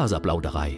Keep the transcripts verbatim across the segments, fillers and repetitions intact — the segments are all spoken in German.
Faserplauderei.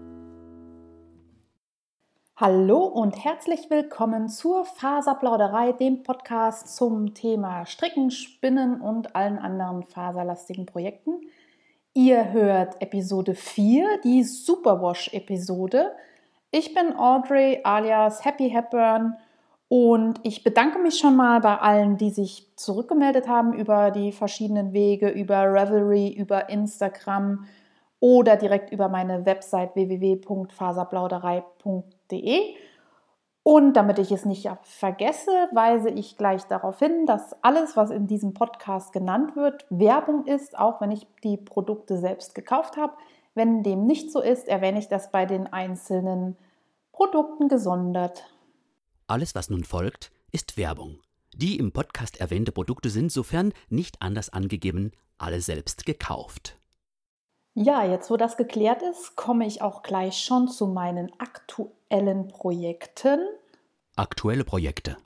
Hallo und herzlich willkommen zur Faserplauderei, dem Podcast zum Thema Stricken, Spinnen und allen anderen faserlastigen Projekten. Ihr hört Episode vier, die Superwash-Episode. Ich bin Audrey alias Happy Hepburn und ich bedanke mich schon mal bei allen, die sich zurückgemeldet haben über die verschiedenen Wege, über Ravelry, über Instagram oder direkt über meine Website w w w punkt faserplauderei punkt de. Und damit ich es nicht vergesse, weise ich gleich darauf hin, dass alles, was in diesem Podcast genannt wird, Werbung ist, auch wenn ich die Produkte selbst gekauft habe. Wenn dem nicht so ist, erwähne ich das bei den einzelnen Produkten gesondert. Alles, was nun folgt, ist Werbung. Die im Podcast erwähnte Produkte sind, sofern nicht anders angegeben, alle selbst gekauft. Ja, jetzt wo das geklärt ist, komme ich auch gleich schon zu meinen aktuellen Projekten. Aktuelle Projekte.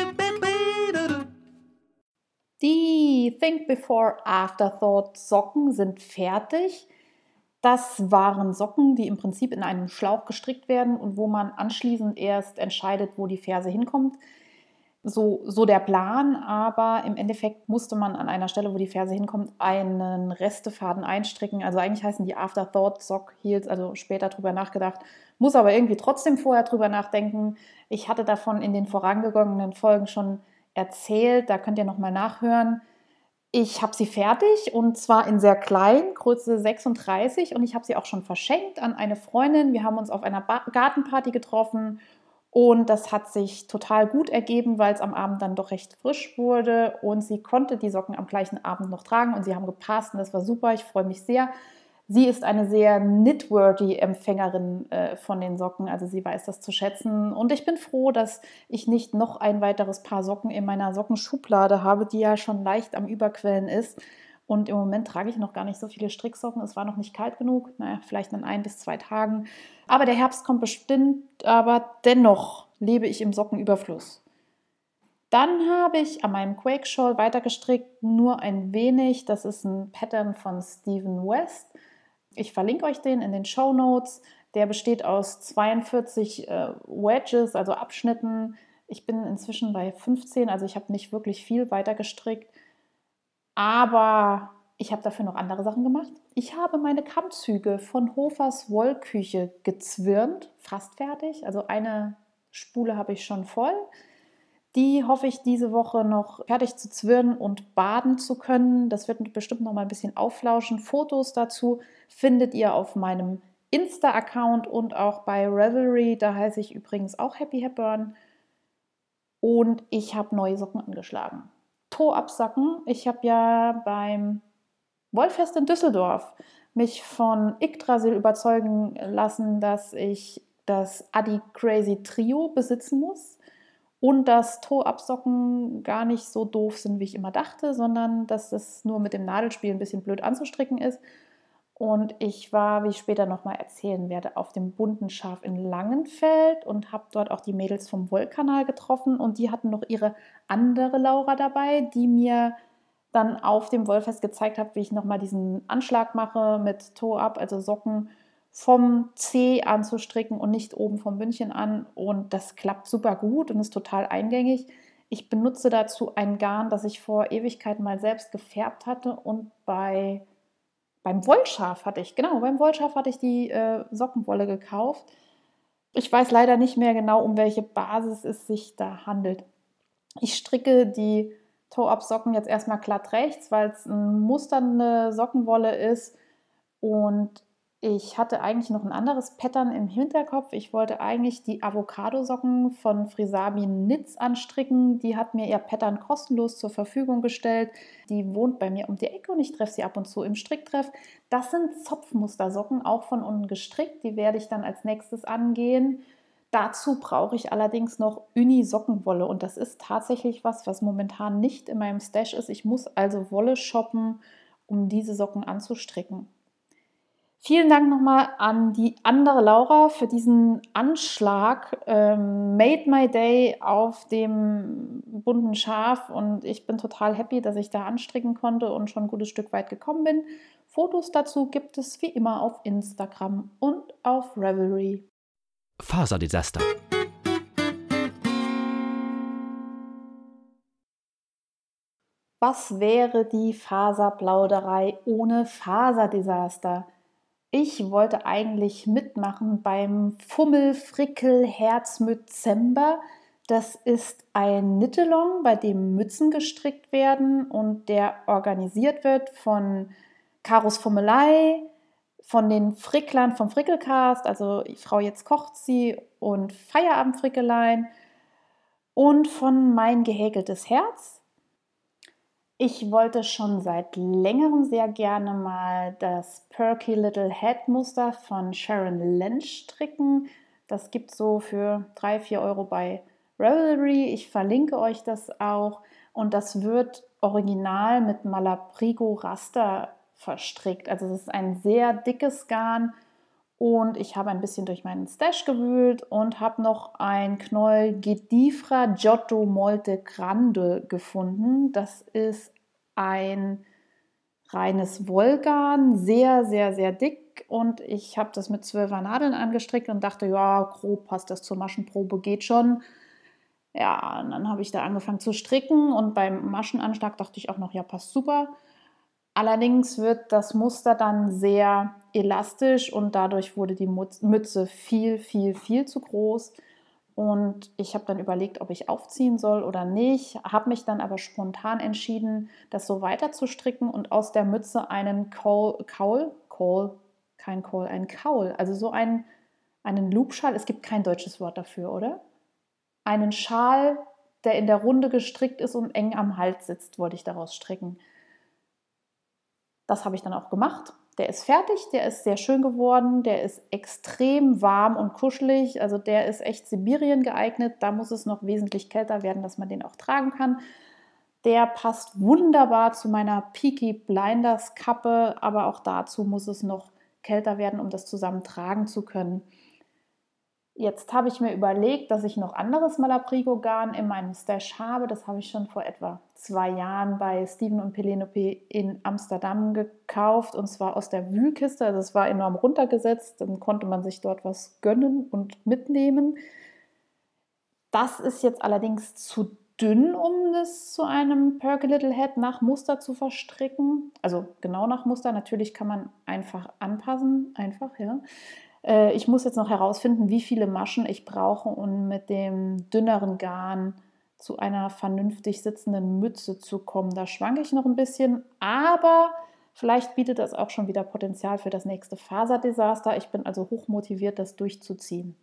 Die Think Before Afterthought Socken sind fertig. Das waren Socken, die im Prinzip in einem Schlauch gestrickt werden und wo man anschließend erst entscheidet, wo die Ferse hinkommt. So, so der Plan, aber im Endeffekt musste man an einer Stelle, wo die Ferse hinkommt, einen Restefaden einstricken. Also eigentlich heißen die Afterthought Sock Heels, also später drüber nachgedacht, muss aber irgendwie trotzdem vorher drüber nachdenken. Ich hatte davon in den vorangegangenen Folgen schon erzählt, da könnt ihr nochmal nachhören. Ich habe sie fertig und zwar in sehr klein, Größe sechsunddreißig, und ich habe sie auch schon verschenkt an eine Freundin. Wir haben uns auf einer ba- Gartenparty getroffen und das hat sich total gut ergeben, weil es am Abend dann doch recht frisch wurde und sie konnte die Socken am gleichen Abend noch tragen und sie haben gepasst und das war super. Ich freue mich sehr. Sie ist eine sehr knitworthy Empfängerin äh, von den Socken, also sie weiß das zu schätzen. Und ich bin froh, dass ich nicht noch ein weiteres Paar Socken in meiner Sockenschublade habe, die ja schon leicht am Überquellen ist. Und im Moment trage ich noch gar nicht so viele Stricksocken. Es war noch nicht kalt genug, naja, vielleicht in ein bis zwei Tagen. Aber der Herbst kommt bestimmt, aber dennoch lebe ich im Sockenüberfluss. Dann habe ich an meinem Quake Shawl weitergestrickt, nur ein wenig. Das ist ein Pattern von Stephen West. Ich verlinke euch den in den Shownotes. Der besteht aus zweiundvierzig äh, Wedges, also Abschnitten. Ich bin inzwischen bei fünfzehn, also ich habe nicht wirklich viel weiter gestrickt. Aber ich habe dafür noch andere Sachen gemacht. Ich habe meine Kammzüge von Hofers Wollküche gezwirnt, fast fertig. Also eine Spule habe ich schon voll. Die hoffe ich diese Woche noch fertig zu zwirnen und baden zu können. Das wird bestimmt noch mal ein bisschen aufflauschen. Fotos dazu findet ihr auf meinem Insta-Account und auch bei Ravelry. Da heiße ich übrigens auch Happy Hepburn. Und ich habe neue Socken angeschlagen. Toe-Up-Socken. Ich habe ja beim Wollfest in Düsseldorf mich von Yggdrasil überzeugen lassen, dass ich das Adi Crazy Trio besitzen muss. Und dass Toe-Up-Socken gar nicht so doof sind, wie ich immer dachte, sondern dass es nur mit dem Nadelspiel ein bisschen blöd anzustricken ist. Und ich war, wie ich später nochmal erzählen werde, auf dem Bunten Schaf in Langenfeld und habe dort auch die Mädels vom Wollkanal getroffen. Und die hatten noch ihre andere Laura dabei, die mir dann auf dem Wollfest gezeigt hat, wie ich nochmal diesen Anschlag mache mit Toe-Up, also Socken vom Zeh anzustricken und nicht oben vom Bündchen an. Und das klappt super gut und ist total eingängig. Ich benutze dazu ein Garn, das ich vor Ewigkeiten mal selbst gefärbt hatte. Und bei, beim Wollschaf hatte ich, genau, beim Wollschaf hatte ich die äh, Sockenwolle gekauft. Ich weiß leider nicht mehr genau, um welche Basis es sich da handelt. Ich stricke die Toe-Up-Socken jetzt erstmal glatt rechts, weil es eine musternde Sockenwolle ist. Und ich hatte eigentlich noch ein anderes Pattern im Hinterkopf. Ich wollte eigentlich die Avocado-Socken von Frisabi Knits anstricken. Die hat mir ihr Pattern kostenlos zur Verfügung gestellt. Die wohnt bei mir um die Ecke und ich treffe sie ab und zu im Stricktreff. Das sind Zopfmustersocken, auch von unten gestrickt. Die werde ich dann als nächstes angehen. Dazu brauche ich allerdings noch Uni-Sockenwolle und das ist tatsächlich was, was momentan nicht in meinem Stash ist. Ich muss also Wolle shoppen, um diese Socken anzustricken. Vielen Dank nochmal an die andere Laura für diesen Anschlag. Ähm, made my day auf dem bunten Schaf und ich bin total happy, dass ich da anstricken konnte und schon ein gutes Stück weit gekommen bin. Fotos dazu gibt es wie immer auf Instagram und auf Ravelry. Faserdesaster. Was wäre die Faserplauderei ohne Faserdesaster? Ich wollte eigentlich mitmachen beim Fummel-Frickel-Herzmützember. Das ist ein Knit-Along, bei dem Mützen gestrickt werden und der organisiert wird von Karos Fummelei, von den Fricklern vom Frickelcast, also Frau Jetzt kocht sie und Feierabendfrickelein und von Mein gehäkeltes Herz. Ich wollte schon seit längerem sehr gerne mal das Perky Little Head Muster von Sharon Lynch stricken. Das gibt es so für drei, vier Euro bei Ravelry. Ich verlinke euch das auch. Und das wird original mit Malabrigo Raster verstrickt. Also es ist ein sehr dickes Garn. Und ich habe ein bisschen durch meinen Stash gewühlt und habe noch ein Knäuel Gedifra Giotto Molte Grande gefunden. Das ist ein reines Wollgarn, sehr, sehr, sehr dick. Und ich habe das mit zwölfer Nadeln angestrickt und dachte, ja, grob passt das zur Maschenprobe, geht schon. Ja, und dann habe ich da angefangen zu stricken und beim Maschenanschlag dachte ich auch noch, ja, passt super. Allerdings wird das Muster dann sehr elastisch und dadurch wurde die Mütze viel, viel, viel zu groß. Und ich habe dann überlegt, ob ich aufziehen soll oder nicht, habe mich dann aber spontan entschieden, das so weiter zu stricken und aus der Mütze einen Kaul, Kaul, Kaul kein Kaul, einen Kaul, also so einen, einen Loopschal, es gibt kein deutsches Wort dafür, oder? Einen Schal, der in der Runde gestrickt ist und eng am Hals sitzt, wollte ich daraus stricken. Das habe ich dann auch gemacht. Der ist fertig, der ist sehr schön geworden, der ist extrem warm und kuschelig, also der ist echt Sibirien geeignet. Da muss es noch wesentlich kälter werden, dass man den auch tragen kann. Der passt wunderbar zu meiner Peaky Blinders Kappe, aber auch dazu muss es noch kälter werden, um das zusammen tragen zu können. Jetzt habe ich mir überlegt, dass ich noch anderes Malabrigo-Garn in meinem Stash habe. Das habe ich schon vor etwa zwei Jahren bei Steven und Penelope in Amsterdam gekauft. Und zwar aus der Wühlkiste. Also es war enorm runtergesetzt. Dann konnte man sich dort was gönnen und mitnehmen. Das ist jetzt allerdings zu dünn, um es zu einem Perky Little Head nach Muster zu verstricken. Also genau nach Muster. Natürlich kann man einfach anpassen. Einfach, ja. Ich muss jetzt noch herausfinden, wie viele Maschen ich brauche, um mit dem dünneren Garn zu einer vernünftig sitzenden Mütze zu kommen. Da schwanke ich noch ein bisschen, aber vielleicht bietet das auch schon wieder Potenzial für das nächste Faserdesaster. Ich bin also hochmotiviert, das durchzuziehen.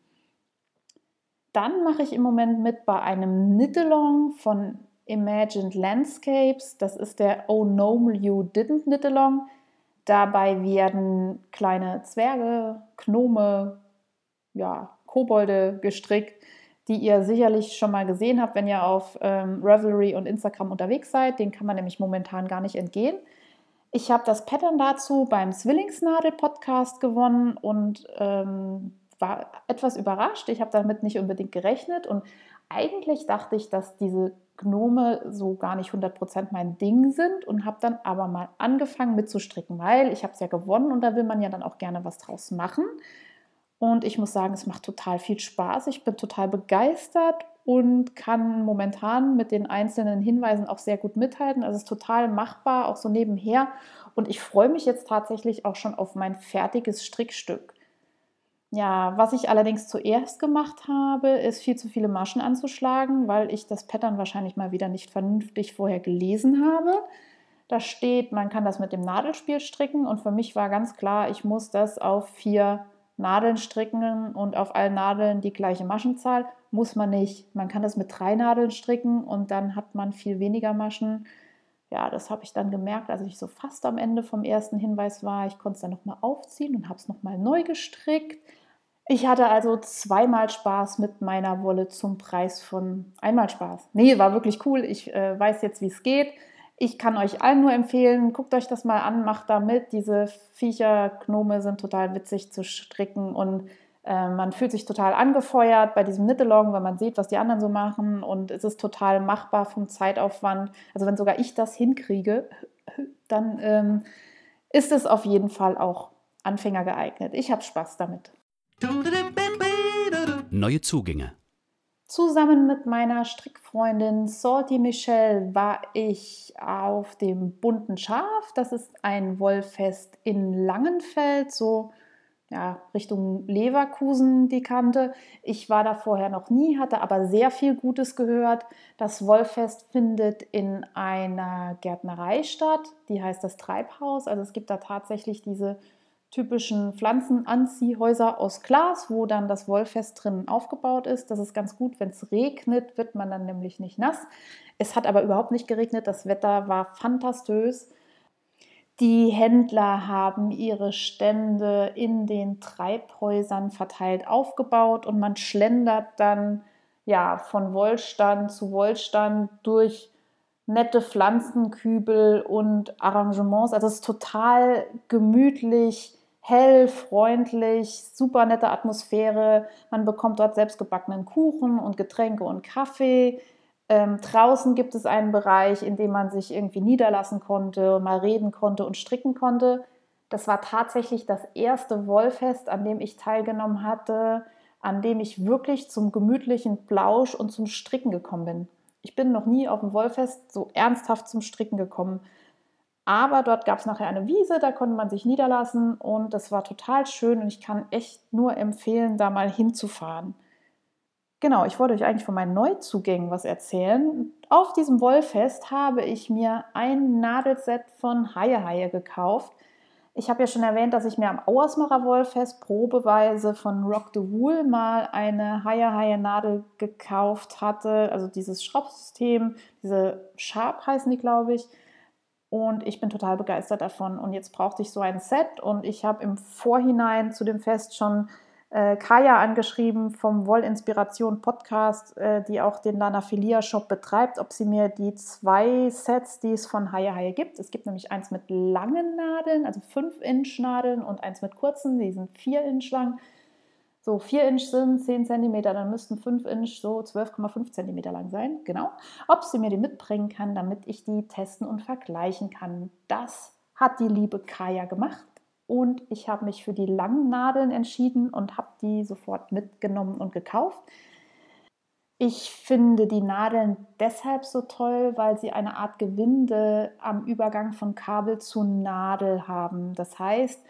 Dann mache ich im Moment mit bei einem Knit-Along von Imagined Landscapes. Das ist der Oh No You Didn't Knit-Along. Dabei werden kleine Zwerge, Gnome, ja, Kobolde gestrickt, die ihr sicherlich schon mal gesehen habt, wenn ihr auf ähm, Ravelry und Instagram unterwegs seid. Den kann man nämlich momentan gar nicht entgehen. Ich habe das Pattern dazu beim Zwillingsnadel-Podcast gewonnen und ähm, war etwas überrascht. Ich habe damit nicht unbedingt gerechnet und eigentlich dachte ich, dass diese Gnome so gar nicht hundert Prozent mein Ding sind und habe dann aber mal angefangen mitzustricken, weil ich habe es ja gewonnen und da will man ja dann auch gerne was draus machen. Und ich muss sagen, es macht total viel Spaß. Ich bin total begeistert und kann momentan mit den einzelnen Hinweisen auch sehr gut mithalten. Also es ist total machbar, auch so nebenher. Und ich freue mich jetzt tatsächlich auch schon auf mein fertiges Strickstück. Ja, was ich allerdings zuerst gemacht habe, ist viel zu viele Maschen anzuschlagen, weil ich das Pattern wahrscheinlich mal wieder nicht vernünftig vorher gelesen habe. Da steht, man kann das mit dem Nadelspiel stricken und für mich war ganz klar, ich muss das auf vier Nadeln stricken und auf allen Nadeln die gleiche Maschenzahl. Muss man nicht. Man kann das mit drei Nadeln stricken und dann hat man viel weniger Maschen. Ja, das habe ich dann gemerkt, als ich so fast am Ende vom ersten Hinweis war. Ich konnte es dann nochmal aufziehen und habe es nochmal neu gestrickt. Ich hatte also zweimal Spaß mit meiner Wolle zum Preis von einmal Spaß. Nee, war wirklich cool. Ich äh, weiß jetzt, wie es geht. Ich kann euch allen nur empfehlen, guckt euch das mal an, macht da mit. Diese Viecher, Gnome sind total witzig zu stricken und äh, man fühlt sich total angefeuert bei diesem Knit-Along, wenn man sieht, was die anderen so machen und es ist total machbar vom Zeitaufwand. Also wenn sogar ich das hinkriege, dann ähm, ist es auf jeden Fall auch Anfänger geeignet. Ich habe Spaß damit. Neue Zugänge. Zusammen mit meiner Strickfreundin Salty Michelle war ich auf dem Bunten Schaf. Das ist ein Wollfest in Langenfeld, so ja, Richtung Leverkusen die Kante. Ich war da vorher noch nie, hatte aber sehr viel Gutes gehört. Das Wollfest findet in einer Gärtnerei statt, die heißt das Treibhaus. Also es gibt da tatsächlich diese typischen Pflanzenanziehhäuser aus Glas, wo dann das Wollfest drinnen aufgebaut ist. Das ist ganz gut, wenn es regnet, wird man dann nämlich nicht nass. Es hat aber überhaupt nicht geregnet, das Wetter war fantastisch. Die Händler haben ihre Stände in den Treibhäusern verteilt aufgebaut und man schlendert dann ja, von Wollstand zu Wollstand durch nette Pflanzenkübel und Arrangements. Also es ist total gemütlich, hell, freundlich, super nette Atmosphäre. Man bekommt dort selbstgebackenen Kuchen und Getränke und Kaffee. Ähm, draußen gibt es einen Bereich, in dem man sich irgendwie niederlassen konnte, mal reden konnte und stricken konnte. Das war tatsächlich das erste Wollfest, an dem ich teilgenommen hatte, an dem ich wirklich zum gemütlichen Plausch und zum Stricken gekommen bin. Ich bin noch nie auf dem Wollfest so ernsthaft zum Stricken gekommen. Aber dort gab es nachher eine Wiese, da konnte man sich niederlassen und das war total schön und ich kann echt nur empfehlen, da mal hinzufahren. Genau, ich wollte euch eigentlich von meinen Neuzugängen was erzählen. Auf diesem Wollfest habe ich mir ein Nadelset von Haie Haie gekauft. Ich habe ja schon erwähnt, dass ich mir am Auersmacher Wollfest probeweise von Rock the Wool mal eine Haie Haie Nadel gekauft hatte. Also dieses Schraubsystem, diese Sharp heißen die, glaube ich. Und ich bin total begeistert davon. Und jetzt brauchte ich so ein Set und ich habe im Vorhinein zu dem Fest schon äh, Kaya angeschrieben vom Wollinspiration Podcast, äh, die auch den Lana Filia Shop betreibt, ob sie mir die zwei Sets, die es von Haie Haie gibt. Es gibt nämlich eins mit langen Nadeln, also fünf Inch Nadeln und eins mit kurzen, die sind vier Inch lang. So vier Inch sind zehn Zentimeter, dann müssten fünf Inch so zwölf Komma fünf Zentimeter lang sein, genau. Ob sie mir die mitbringen kann, damit ich die testen und vergleichen kann. Das hat die liebe Kaya gemacht und ich habe mich für die langen Nadeln entschieden und habe die sofort mitgenommen und gekauft. Ich finde die Nadeln deshalb so toll, weil sie eine Art Gewinde am Übergang von Kabel zu Nadel haben. Das heißt,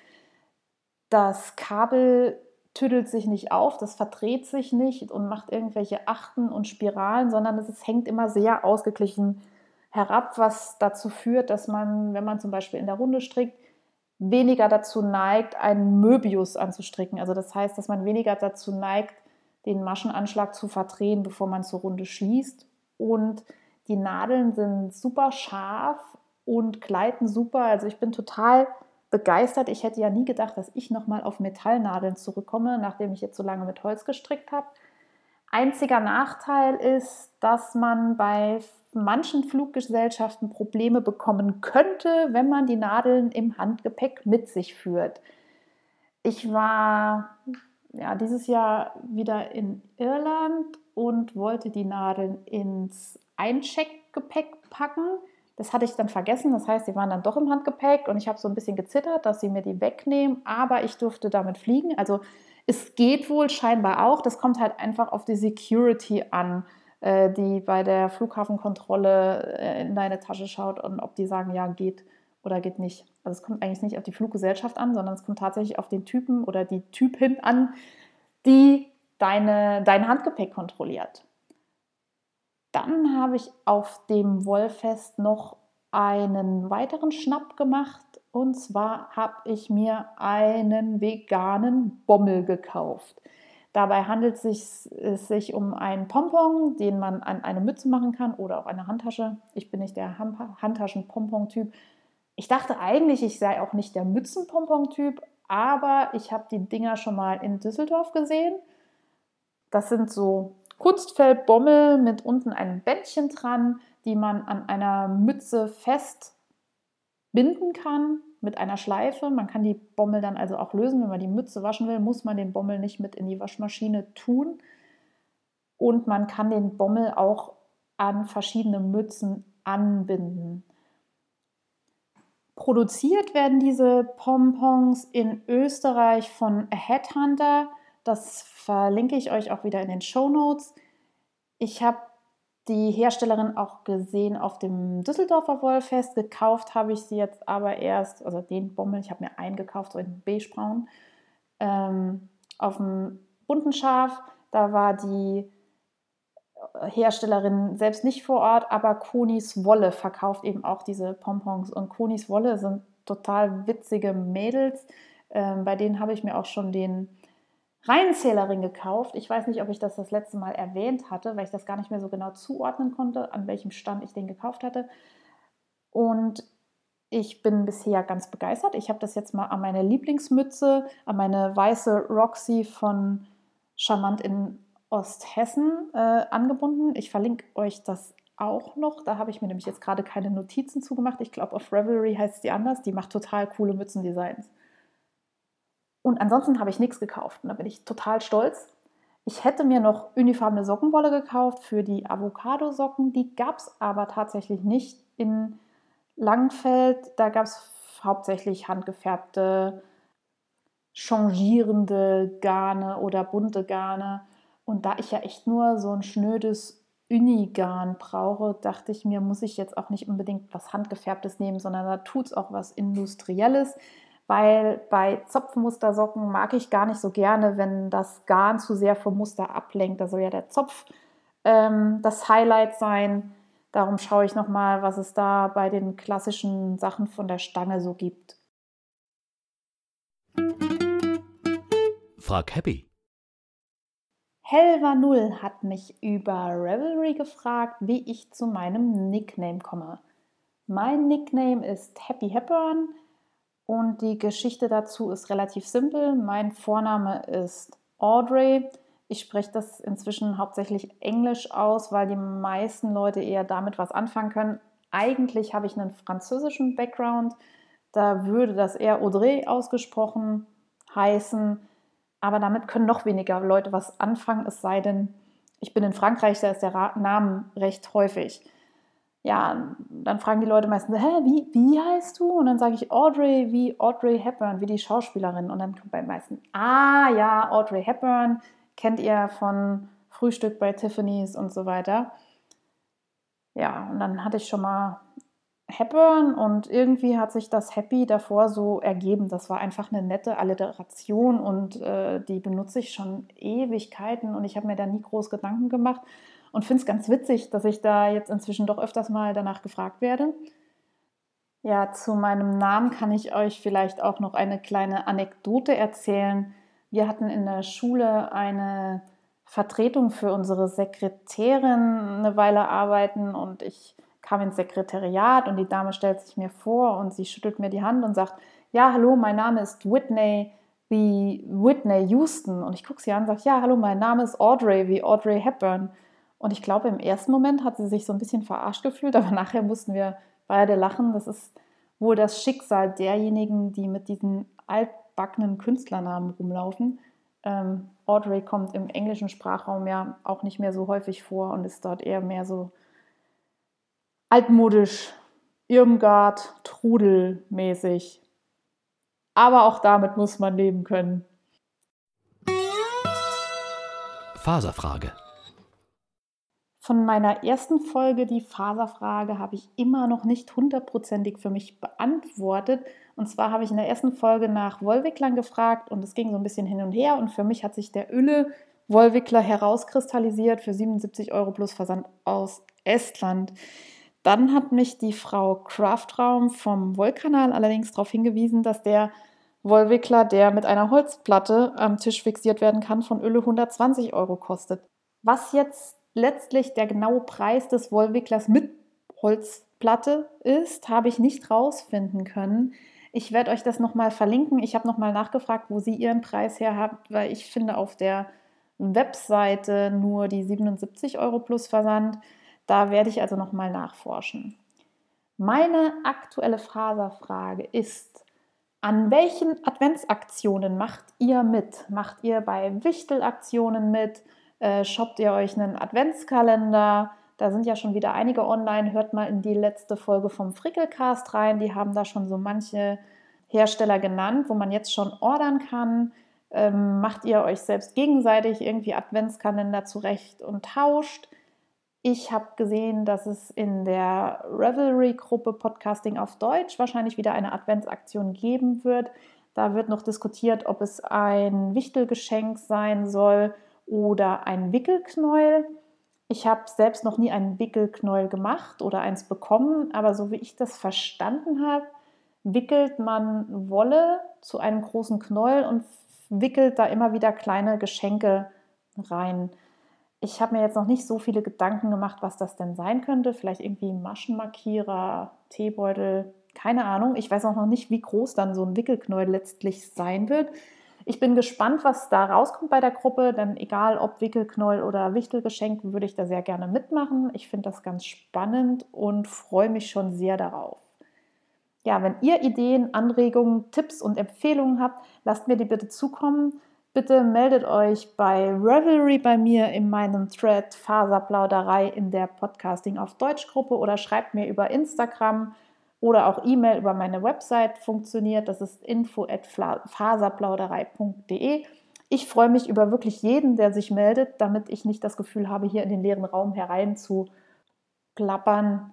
das Kabel tüdelt sich nicht auf, das verdreht sich nicht und macht irgendwelche Achten und Spiralen, sondern es, es hängt immer sehr ausgeglichen herab, was dazu führt, dass man, wenn man zum Beispiel in der Runde strickt, weniger dazu neigt, einen Möbius anzustricken. Also das heißt, dass man weniger dazu neigt, den Maschenanschlag zu verdrehen, bevor man zur Runde schließt. Und die Nadeln sind super scharf und gleiten super. Also ich bin total begeistert. Ich hätte ja nie gedacht, dass ich nochmal auf Metallnadeln zurückkomme, nachdem ich jetzt so lange mit Holz gestrickt habe. Einziger Nachteil ist, dass man bei manchen Fluggesellschaften Probleme bekommen könnte, wenn man die Nadeln im Handgepäck mit sich führt. Ich war ja, dieses Jahr wieder in Irland und wollte die Nadeln ins Eincheckgepäck packen. Das hatte ich dann vergessen, das heißt, sie waren dann doch im Handgepäck und ich habe so ein bisschen gezittert, dass sie mir die wegnehmen, aber ich durfte damit fliegen. Also es geht wohl scheinbar auch, das kommt halt einfach auf die Security an, äh, die bei der Flughafenkontrolle äh, in deine Tasche schaut und ob die sagen, ja, geht oder geht nicht. Also es kommt eigentlich nicht auf die Fluggesellschaft an, sondern es kommt tatsächlich auf den Typen oder die Typin an, die deine, dein Handgepäck kontrolliert. Dann habe ich auf dem Wollfest noch einen weiteren Schnapp gemacht und zwar habe ich mir einen veganen Bommel gekauft. Dabei handelt es sich, es sich um einen Pompon, den man an eine Mütze machen kann oder auch eine Handtasche. Ich bin nicht der Handtaschen-Pompon-Typ. Ich dachte eigentlich, ich sei auch nicht der Mützen-Pompon-Typ, aber ich habe die Dinger schon mal in Düsseldorf gesehen. Das sind so Kunstfellbommel mit unten einem Bändchen dran. die man an einer Mütze festbinden kann mit einer Schleife. Man kann die Bommel dann also auch lösen. Wenn man die Mütze waschen will, muss man den Bommel nicht mit in die Waschmaschine tun. Und man kann den Bommel auch an verschiedene Mützen anbinden. Produziert werden diese Pompons in Österreich von Headhunter. Das verlinke ich euch auch wieder in den Shownotes. Ich habe die Herstellerin auch gesehen auf dem Düsseldorfer Wollfest. Gekauft habe ich sie jetzt aber erst, also den Bommel, ich habe mir einen gekauft, so in beigebraun, ähm, auf dem bunten Schaf. Da war die Herstellerin selbst nicht vor Ort, aber Konis Wolle verkauft eben auch diese Pompons. Und Konis Wolle sind total witzige Mädels. Ähm, bei denen habe ich mir auch schon den Reihenzählerring gekauft. Ich weiß nicht, ob ich das das letzte Mal erwähnt hatte, weil ich das gar nicht mehr so genau zuordnen konnte, an welchem Stand ich den gekauft hatte. Und ich bin bisher ganz begeistert. Ich habe das jetzt mal an meine Lieblingsmütze, an meine weiße Roxy von Charmant in Osthessen äh, angebunden. Ich verlinke euch das auch noch. Da habe ich mir nämlich jetzt gerade keine Notizen zugemacht. Ich glaube, auf Ravelry heißt die anders. Die macht total coole Mützendesigns. Und ansonsten habe ich nichts gekauft. Und da bin ich total stolz. Ich hätte mir noch unifarbene Sockenwolle gekauft für die Avocado-Socken. Die gab es aber tatsächlich nicht in Langenfeld. Da gab es hauptsächlich handgefärbte, changierende Garne oder bunte Garne. Und da ich ja echt nur so ein schnödes Unigarn brauche, dachte ich mir, muss ich jetzt auch nicht unbedingt was Handgefärbtes nehmen, sondern da tut es auch was Industrielles. Weil bei Zopfmustersocken mag ich gar nicht so gerne, wenn das Garn zu sehr vom Muster ablenkt. Da soll ja der Zopf ähm, das Highlight sein. Darum schaue ich nochmal, was es da bei den klassischen Sachen von der Stange so gibt. Frag Happy. Helva Null hat mich über Ravelry gefragt, wie ich zu meinem Nickname komme. Mein Nickname ist Happy Hepburn. Und die Geschichte dazu ist relativ simpel. Mein Vorname ist Audrey. Ich spreche das inzwischen hauptsächlich Englisch aus, weil die meisten Leute eher damit was anfangen können. Eigentlich habe ich einen französischen Background. Da würde das eher Audrey ausgesprochen heißen. Aber damit können noch weniger Leute was anfangen, es sei denn, ich bin in Frankreich, da ist der Name recht häufig. Ja, dann fragen die Leute meistens, hä, wie, wie heißt du? Und dann sage ich Audrey wie Audrey Hepburn, wie die Schauspielerin. Und dann kommt bei den meisten, ah ja, Audrey Hepburn, kennt ihr von Frühstück bei Tiffany's und so weiter. Ja, und dann hatte ich schon mal Hepburn und irgendwie hat sich das Happy davor so ergeben. Das war einfach eine nette Alliteration und äh, die benutze ich schon Ewigkeiten und ich habe mir da nie groß Gedanken gemacht. Und finde es ganz witzig, dass ich da jetzt inzwischen doch öfters mal danach gefragt werde. Ja, zu meinem Namen kann ich euch vielleicht auch noch eine kleine Anekdote erzählen. Wir hatten in der Schule eine Vertretung für unsere Sekretärin eine Weile arbeiten und ich kam ins Sekretariat und die Dame stellt sich mir vor und sie schüttelt mir die Hand und sagt, ja, hallo, mein Name ist Whitney wie Whitney Houston. Und ich gucke sie an und sage, ja, hallo, mein Name ist Audrey wie Audrey Hepburn. Und ich glaube, im ersten Moment hat sie sich so ein bisschen verarscht gefühlt, aber nachher mussten wir beide lachen. Das ist wohl das Schicksal derjenigen, die mit diesen altbackenen Künstlernamen rumlaufen. Ähm, Audrey kommt im englischen Sprachraum ja auch nicht mehr so häufig vor und ist dort eher mehr so altmodisch, Irmgard, Trudelmäßig. Aber auch damit muss man leben können. Faserfrage. Von meiner ersten Folge, die Faserfrage, habe ich immer noch nicht hundertprozentig für mich beantwortet. Und zwar habe ich in der ersten Folge nach Wollwicklern gefragt und es ging so ein bisschen hin und her. Und für mich hat sich der Ulle-Wollwickler herauskristallisiert für siebenundsiebzig Euro plus Versand aus Estland. Dann hat mich die Frau Craftraum vom Wollkanal allerdings darauf hingewiesen, dass der Wollwickler, der mit einer Holzplatte am Tisch fixiert werden kann, von Ulle hundertzwanzig Euro kostet. Was jetzt letztlich der genaue Preis des Wollwicklers mit Holzplatte ist, habe ich nicht rausfinden können. Ich werde euch das nochmal verlinken. Ich habe nochmal nachgefragt, wo Sie Ihren Preis her habt, weil ich finde auf der Webseite nur die siebenundsiebzig Euro plus Versand. Da werde ich also nochmal nachforschen. Meine aktuelle Faserfrage ist: An welchen Adventsaktionen macht ihr mit? Macht ihr bei Wichtelaktionen mit? Äh, shoppt ihr euch einen Adventskalender? Da sind ja schon wieder einige online. Hört mal in die letzte Folge vom Frickelcast rein. Die haben da schon so manche Hersteller genannt, wo man jetzt schon ordern kann. Ähm, macht ihr euch selbst gegenseitig irgendwie Adventskalender zurecht und tauscht? Ich habe gesehen, dass es in der Revelry-Gruppe Podcasting auf Deutsch wahrscheinlich wieder eine Adventsaktion geben wird. Da wird noch diskutiert, ob es ein Wichtelgeschenk sein soll oder ein Wickelknäuel. Ich habe selbst noch nie einen Wickelknäuel gemacht oder eins bekommen, aber so wie ich das verstanden habe, wickelt man Wolle zu einem großen Knäuel und wickelt da immer wieder kleine Geschenke rein. Ich habe mir jetzt noch nicht so viele Gedanken gemacht, was das denn sein könnte. Vielleicht irgendwie Maschenmarkierer, Teebeutel, keine Ahnung. Ich weiß auch noch nicht, wie groß dann so ein Wickelknäuel letztlich sein wird. Ich bin gespannt, was da rauskommt bei der Gruppe, denn egal ob Wickelknäuel oder Wichtelgeschenk, würde ich da sehr gerne mitmachen. Ich finde das ganz spannend und freue mich schon sehr darauf. Ja, wenn ihr Ideen, Anregungen, Tipps und Empfehlungen habt, lasst mir die bitte zukommen. Bitte meldet euch bei Revelry bei mir in meinem Thread Faserplauderei in der Podcasting auf Deutsch Gruppe oder schreibt mir über Instagram oder auch E-Mail über meine Website funktioniert. Das ist info at faserplauderei punkt de. Ich freue mich über wirklich jeden, der sich meldet, damit ich nicht das Gefühl habe, hier in den leeren Raum herein zu plappern.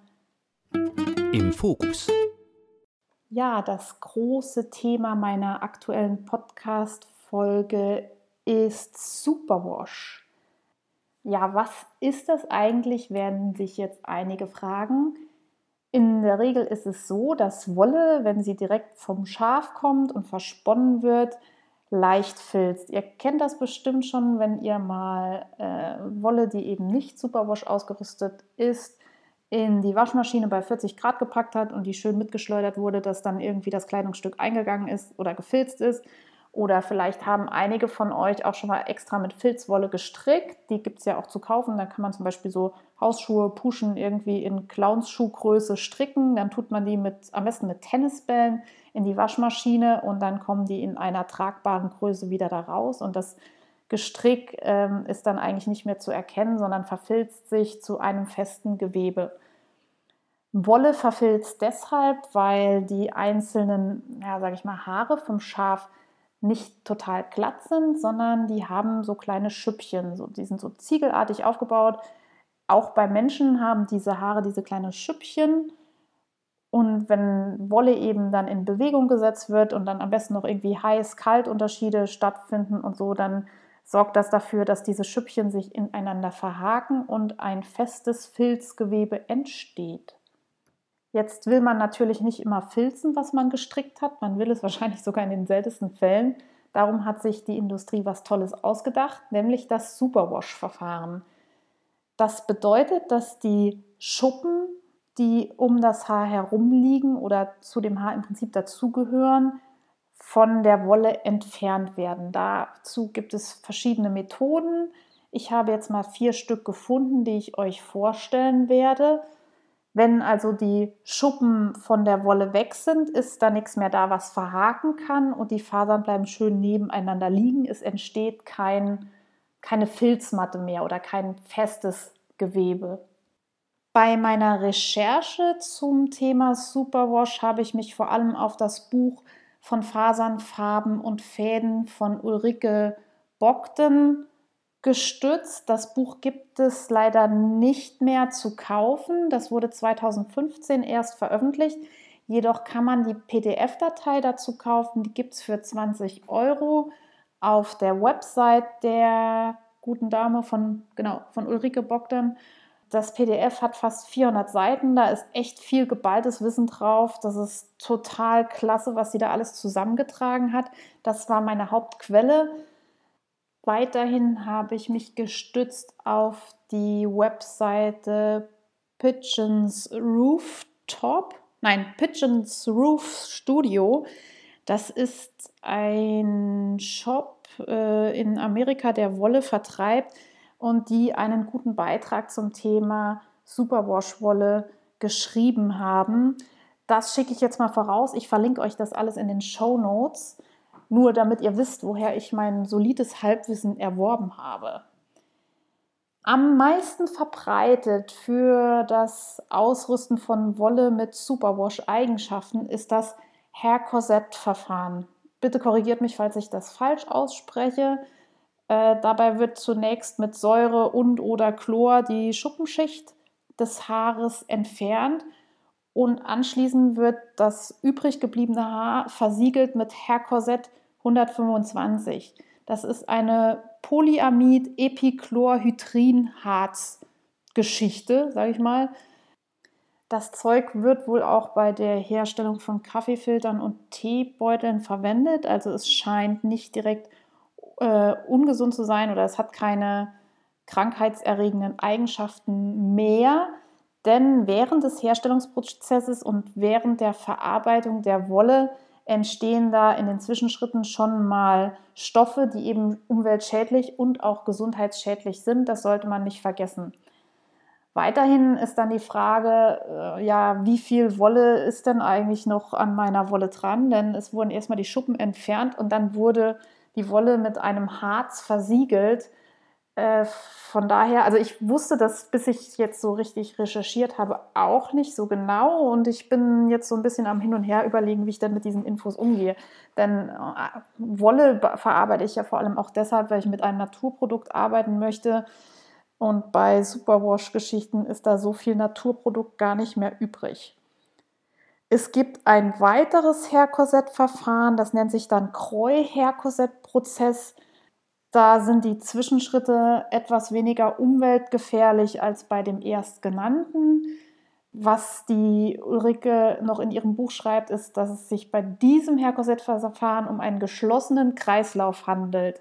Im Fokus. Ja, das große Thema meiner aktuellen Podcast-Folge ist Superwash. Ja, was ist das eigentlich, werden sich jetzt einige fragen. In der Regel ist es so, dass Wolle, wenn sie direkt vom Schaf kommt und versponnen wird, leicht filzt. Ihr kennt das bestimmt schon, wenn ihr mal äh, Wolle, die eben nicht Superwash ausgerüstet ist, in die Waschmaschine bei vierzig Grad gepackt hat und die schön mitgeschleudert wurde, dass dann irgendwie das Kleidungsstück eingegangen ist oder gefilzt ist. Oder vielleicht haben einige von euch auch schon mal extra mit Filzwolle gestrickt. Die gibt es ja auch zu kaufen. Da kann man zum Beispiel so Hausschuhe, Puschen irgendwie in Clownsschuhgröße stricken. Dann tut man die mit, am besten mit Tennisbällen in die Waschmaschine und dann kommen die in einer tragbaren Größe wieder da raus. Und das Gestrick ähm, ist dann eigentlich nicht mehr zu erkennen, sondern verfilzt sich zu einem festen Gewebe. Wolle verfilzt deshalb, weil die einzelnen, ja, sage ich mal, Haare vom Schaf nicht total glatt sind, sondern die haben so kleine Schüppchen. So, die sind so ziegelartig aufgebaut. Auch bei Menschen haben diese Haare diese kleinen Schüppchen. Und wenn Wolle eben dann in Bewegung gesetzt wird und dann am besten noch irgendwie Heiß-Kalt-Unterschiede stattfinden und so, dann sorgt das dafür, dass diese Schüppchen sich ineinander verhaken und ein festes Filzgewebe entsteht. Jetzt will man natürlich nicht immer filzen, was man gestrickt hat. Man will es wahrscheinlich sogar in den seltensten Fällen. Darum hat sich die Industrie was Tolles ausgedacht, nämlich das Superwash-Verfahren. Das bedeutet, dass die Schuppen, die um das Haar herum liegen oder zu dem Haar im Prinzip dazugehören, von der Wolle entfernt werden. Dazu gibt es verschiedene Methoden. Ich habe jetzt mal vier Stück gefunden, die ich euch vorstellen werde. Wenn also die Schuppen von der Wolle weg sind, ist da nichts mehr da, was verhaken kann und die Fasern bleiben schön nebeneinander liegen. Es entsteht kein, keine Filzmatte mehr oder kein festes Gewebe. Bei meiner Recherche zum Thema Superwash habe ich mich vor allem auf das Buch von Fasern, Farben und Fäden von Ulrike Bogden gestützt. Das Buch gibt es leider nicht mehr zu kaufen. Das wurde zweitausendfünfzehn erst veröffentlicht. Jedoch kann man die P D F-Datei dazu kaufen. Die gibt es für zwanzig Euro auf der Website der guten Dame von, genau, von Ulrike Bogden. Das P D F hat fast vierhundert Seiten, da ist echt viel geballtes Wissen drauf. Das ist total klasse, was sie da alles zusammengetragen hat. Das war meine Hauptquelle. Weiterhin habe ich mich gestützt auf die Webseite Pigeons Rooftop, nein, Pigeons Roof Studio. Das ist ein Shop äh, in Amerika, der Wolle vertreibt und die einen guten Beitrag zum Thema Superwash-Wolle geschrieben haben. Das schicke ich jetzt mal voraus. Ich verlinke euch das alles in den Shownotes, nur damit ihr wisst, woher ich mein solides Halbwissen erworben habe. Am meisten verbreitet für das Ausrüsten von Wolle mit Superwash-Eigenschaften ist das Hair-Corsett-Verfahren. Bitte korrigiert mich, falls ich das falsch ausspreche. Äh, dabei wird zunächst mit Säure und oder Chlor die Schuppenschicht des Haares entfernt und anschließend wird das übrig gebliebene Haar versiegelt mit Hair-Corsett hundertfünfundzwanzig. Das ist eine Polyamid-Epichlorhydrin-Harz-Geschichte, sage ich mal. Das Zeug wird wohl auch bei der Herstellung von Kaffeefiltern und Teebeuteln verwendet. Also es scheint nicht direkt äh, ungesund zu sein oder es hat keine krankheitserregenden Eigenschaften mehr. Denn während des Herstellungsprozesses und während der Verarbeitung der Wolle entstehen da in den Zwischenschritten schon mal Stoffe, die eben umweltschädlich und auch gesundheitsschädlich sind. Das sollte man nicht vergessen. Weiterhin ist dann die Frage, äh, ja, wie viel Wolle ist denn eigentlich noch an meiner Wolle dran? Denn es wurden erstmal die Schuppen entfernt und dann wurde die Wolle mit einem Harz versiegelt. Äh, von daher, also ich wusste das, bis ich jetzt so richtig recherchiert habe, auch nicht so genau. Und ich bin jetzt so ein bisschen am Hin und Her überlegen, wie ich denn mit diesen Infos umgehe. Denn äh, Wolle verarbeite ich ja vor allem auch deshalb, weil ich mit einem Naturprodukt arbeiten möchte. Und bei Superwash-Geschichten ist da so viel Naturprodukt gar nicht mehr übrig. Es gibt ein weiteres Hair-Corsett-Verfahren, das nennt sich dann Creux-Hair-Corsett-Prozess. Da sind die Zwischenschritte etwas weniger umweltgefährlich als bei dem erstgenannten. Was die Ulrike noch in ihrem Buch schreibt, ist, dass es sich bei diesem Hair-Corsett-Verfahren um einen geschlossenen Kreislauf handelt.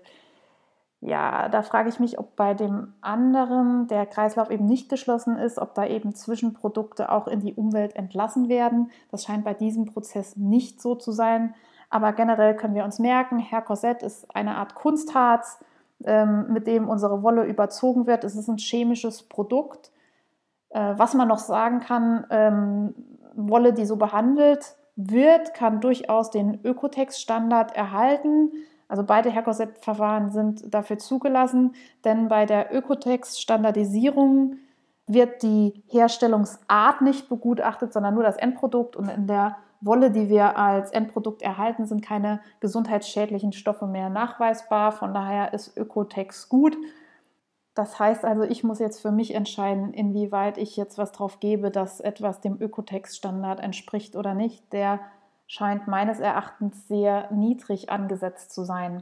Ja, da frage ich mich, ob bei dem anderen der Kreislauf eben nicht geschlossen ist, ob da eben Zwischenprodukte auch in die Umwelt entlassen werden. Das scheint bei diesem Prozess nicht so zu sein. Aber generell können wir uns merken, Hair-Corsett ist eine Art Kunstharz, ähm, mit dem unsere Wolle überzogen wird. Es ist ein chemisches Produkt. Äh, was man noch sagen kann, ähm, Wolle, die so behandelt wird, kann durchaus den Ökotex-Standard erhalten. Also beide Hair-Corsett-Verfahren sind dafür zugelassen, denn bei der Ökotex-Standardisierung wird die Herstellungsart nicht begutachtet, sondern nur das Endprodukt. Und in der Wolle, die wir als Endprodukt erhalten, sind keine gesundheitsschädlichen Stoffe mehr nachweisbar. Von daher ist Ökotex gut. Das heißt also, ich muss jetzt für mich entscheiden, inwieweit ich jetzt was drauf gebe, dass etwas dem Ökotex-Standard entspricht oder nicht. Der scheint meines Erachtens sehr niedrig angesetzt zu sein.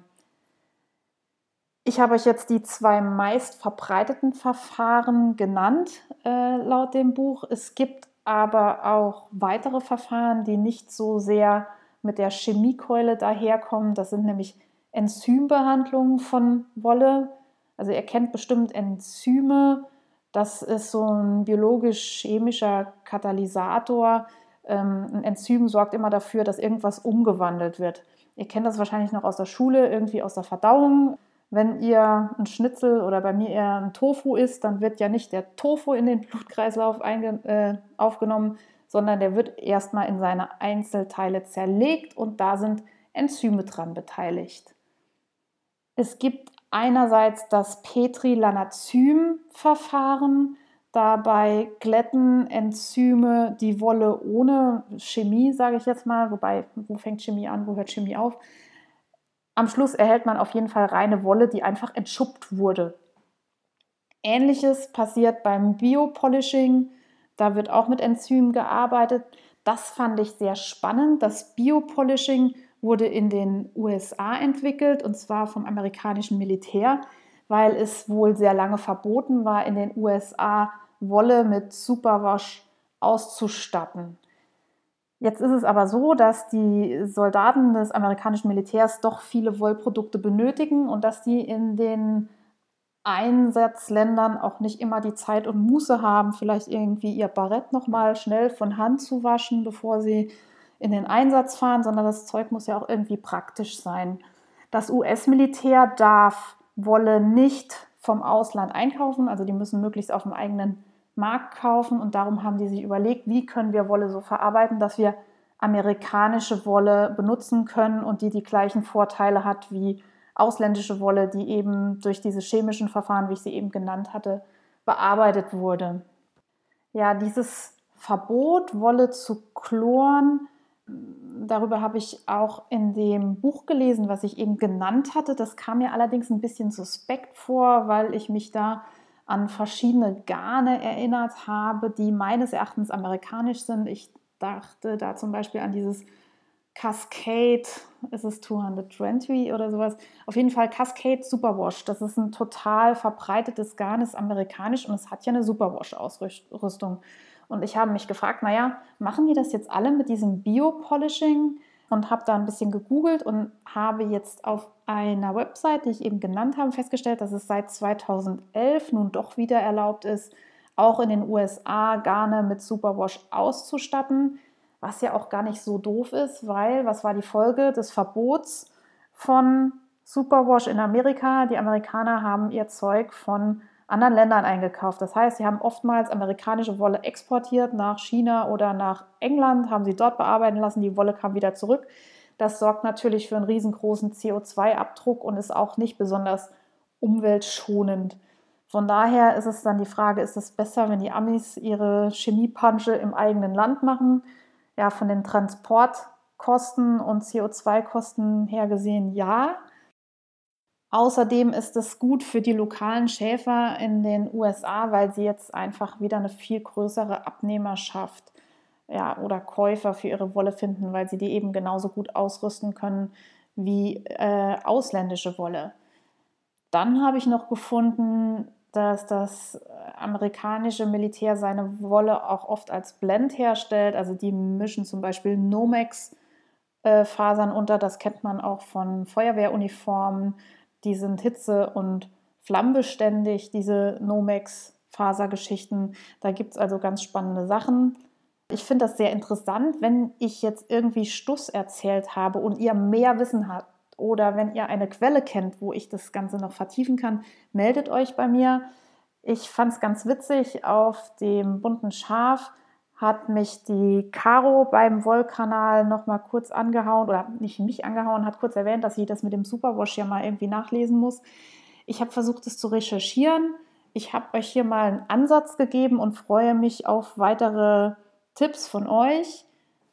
Ich habe euch jetzt die zwei meist verbreiteten Verfahren genannt, äh, laut dem Buch. Es gibt aber auch weitere Verfahren, die nicht so sehr mit der Chemiekeule daherkommen. Das sind nämlich Enzymbehandlungen von Wolle. Also ihr kennt bestimmt Enzyme. Das ist so ein biologisch-chemischer Katalysator. Ein Enzym sorgt immer dafür, dass irgendwas umgewandelt wird. Ihr kennt das wahrscheinlich noch aus der Schule, irgendwie aus der Verdauung. Wenn ihr ein Schnitzel oder bei mir eher ein Tofu isst, dann wird ja nicht der Tofu in den Blutkreislauf einge- äh, aufgenommen, sondern der wird erstmal in seine Einzelteile zerlegt und da sind Enzyme dran beteiligt. Es gibt einerseits das Petri-Lanazym-Verfahren. Dabei glätten Enzyme die Wolle ohne Chemie, sage ich jetzt mal. Wobei, wo fängt Chemie an, wo hört Chemie auf? Am Schluss erhält man auf jeden Fall reine Wolle, die einfach entschuppt wurde. Ähnliches passiert beim Biopolishing. Da wird auch mit Enzymen gearbeitet. Das fand ich sehr spannend. Das Biopolishing wurde in den U S A entwickelt, und zwar vom amerikanischen Militär, weil es wohl sehr lange verboten war, in den U S A Wolle mit Superwash auszustatten. Jetzt ist es aber so, dass die Soldaten des amerikanischen Militärs doch viele Wollprodukte benötigen und dass die in den Einsatzländern auch nicht immer die Zeit und Muße haben, vielleicht irgendwie ihr Barett nochmal schnell von Hand zu waschen, bevor sie in den Einsatz fahren, sondern das Zeug muss ja auch irgendwie praktisch sein. Das U S-Militär darf Wolle nicht vom Ausland einkaufen, also die müssen möglichst auf dem eigenen Markt kaufen. Und darum haben die sich überlegt, wie können wir Wolle so verarbeiten, dass wir amerikanische Wolle benutzen können und die die gleichen Vorteile hat wie ausländische Wolle, die eben durch diese chemischen Verfahren, wie ich sie eben genannt hatte, bearbeitet wurde. Ja, dieses Verbot, Wolle zu kloren, darüber habe ich auch in dem Buch gelesen, was ich eben genannt hatte. Das kam mir allerdings ein bisschen suspekt vor, weil ich mich da an verschiedene Garne erinnert habe, die meines Erachtens amerikanisch sind. Ich dachte da zum Beispiel an dieses Cascade, ist es zweihundertzwanzig oder sowas? Auf jeden Fall Cascade Superwash. Das ist ein total verbreitetes Garn, ist amerikanisch und es hat ja eine Superwash-Ausrüstung. Und ich habe mich gefragt, naja, machen die das jetzt alle mit diesem Bio-Polishing? Und habe da ein bisschen gegoogelt und habe jetzt auf einer Website, die ich eben genannt habe, festgestellt, dass es seit zweitausendelf nun doch wieder erlaubt ist, auch in den U S A Garne mit Superwash auszustatten, was ja auch gar nicht so doof ist, weil, was war die Folge des Verbots von Superwash in Amerika? Die Amerikaner haben ihr Zeug von anderen Ländern eingekauft. Das heißt, sie haben oftmals amerikanische Wolle exportiert nach China oder nach England, haben sie dort bearbeiten lassen, die Wolle kam wieder zurück. Das sorgt natürlich für einen riesengroßen C O zwei Abdruck und ist auch nicht besonders umweltschonend. Von daher ist es dann die Frage, ist es besser, wenn die Amis ihre Chemiepansche im eigenen Land machen? Ja, von den Transportkosten und C O zwei Kosten her gesehen, ja. Außerdem ist es gut für die lokalen Schäfer in den U S A, weil sie jetzt einfach wieder eine viel größere Abnehmerschaft ja, oder Käufer für ihre Wolle finden, weil sie die eben genauso gut ausrüsten können wie äh, ausländische Wolle. Dann habe ich noch gefunden, dass das amerikanische Militär seine Wolle auch oft als Blend herstellt. Also die mischen zum Beispiel Nomex-Fasern unter. Das kennt man auch von Feuerwehruniformen. Die sind hitze- und flammbeständig, diese Nomex-Fasergeschichten. Da gibt es also ganz spannende Sachen. Ich finde das sehr interessant, wenn ich jetzt irgendwie Stuss erzählt habe und ihr mehr Wissen habt oder wenn ihr eine Quelle kennt, wo ich das Ganze noch vertiefen kann, meldet euch bei mir. Ich fand es ganz witzig, auf dem bunten Schaf hat mich die Caro beim Wollkanal noch mal kurz angehauen, oder nicht mich angehauen, hat kurz erwähnt, dass sie das mit dem Superwash ja mal irgendwie nachlesen muss. Ich habe versucht, es zu recherchieren. Ich habe euch hier mal einen Ansatz gegeben und freue mich auf weitere Tipps von euch.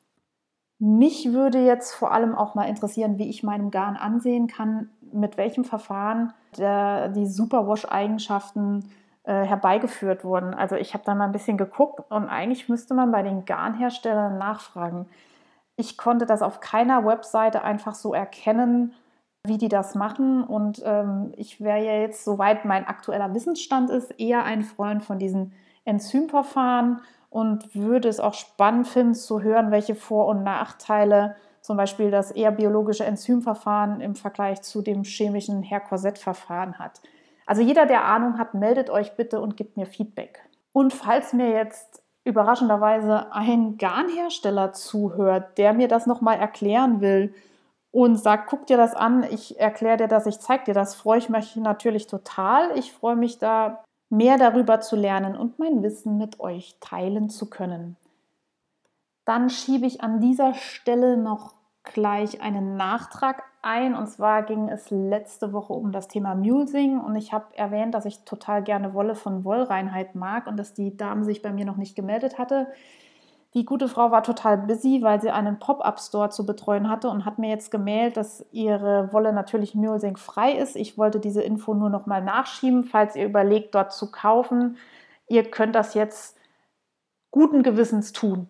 Mich würde jetzt vor allem auch mal interessieren, wie ich meinem Garn ansehen kann, mit welchem Verfahren der, die Superwash-Eigenschaften äh, herbeigeführt wurden. Also ich habe da mal ein bisschen geguckt und eigentlich müsste man bei den Garnherstellern nachfragen. Ich konnte das auf keiner Webseite einfach so erkennen, wie die das machen. Und ähm, ich wäre ja jetzt, soweit mein aktueller Wissensstand ist, eher ein Freund von diesen Enzymverfahren und würde es auch spannend finden zu hören, welche Vor- und Nachteile zum Beispiel das eher biologische Enzymverfahren im Vergleich zu dem chemischen Hair-Korsett-Verfahren hat. Also jeder, der Ahnung hat, meldet euch bitte und gibt mir Feedback. Und falls mir jetzt überraschenderweise ein Garnhersteller zuhört, der mir das nochmal erklären will und sagt, guck dir das an, ich erkläre dir das, ich zeige dir das, freue ich mich natürlich total. Ich freue mich da, mehr darüber zu lernen und mein Wissen mit euch teilen zu können. Dann schiebe ich an dieser Stelle noch gleich einen Nachtrag ein. Und zwar ging es letzte Woche um das Thema Mulesing und ich habe erwähnt, dass ich total gerne Wolle von Wollreinheit mag und dass die Dame sich bei mir noch nicht gemeldet hatte. Die gute Frau war total busy, weil sie einen Pop-up-Store zu betreuen hatte und hat mir jetzt gemailt, dass ihre Wolle natürlich Mulesing frei ist. Ich wollte diese Info nur noch mal nachschieben, falls ihr überlegt, dort zu kaufen. Ihr könnt das jetzt guten Gewissens tun.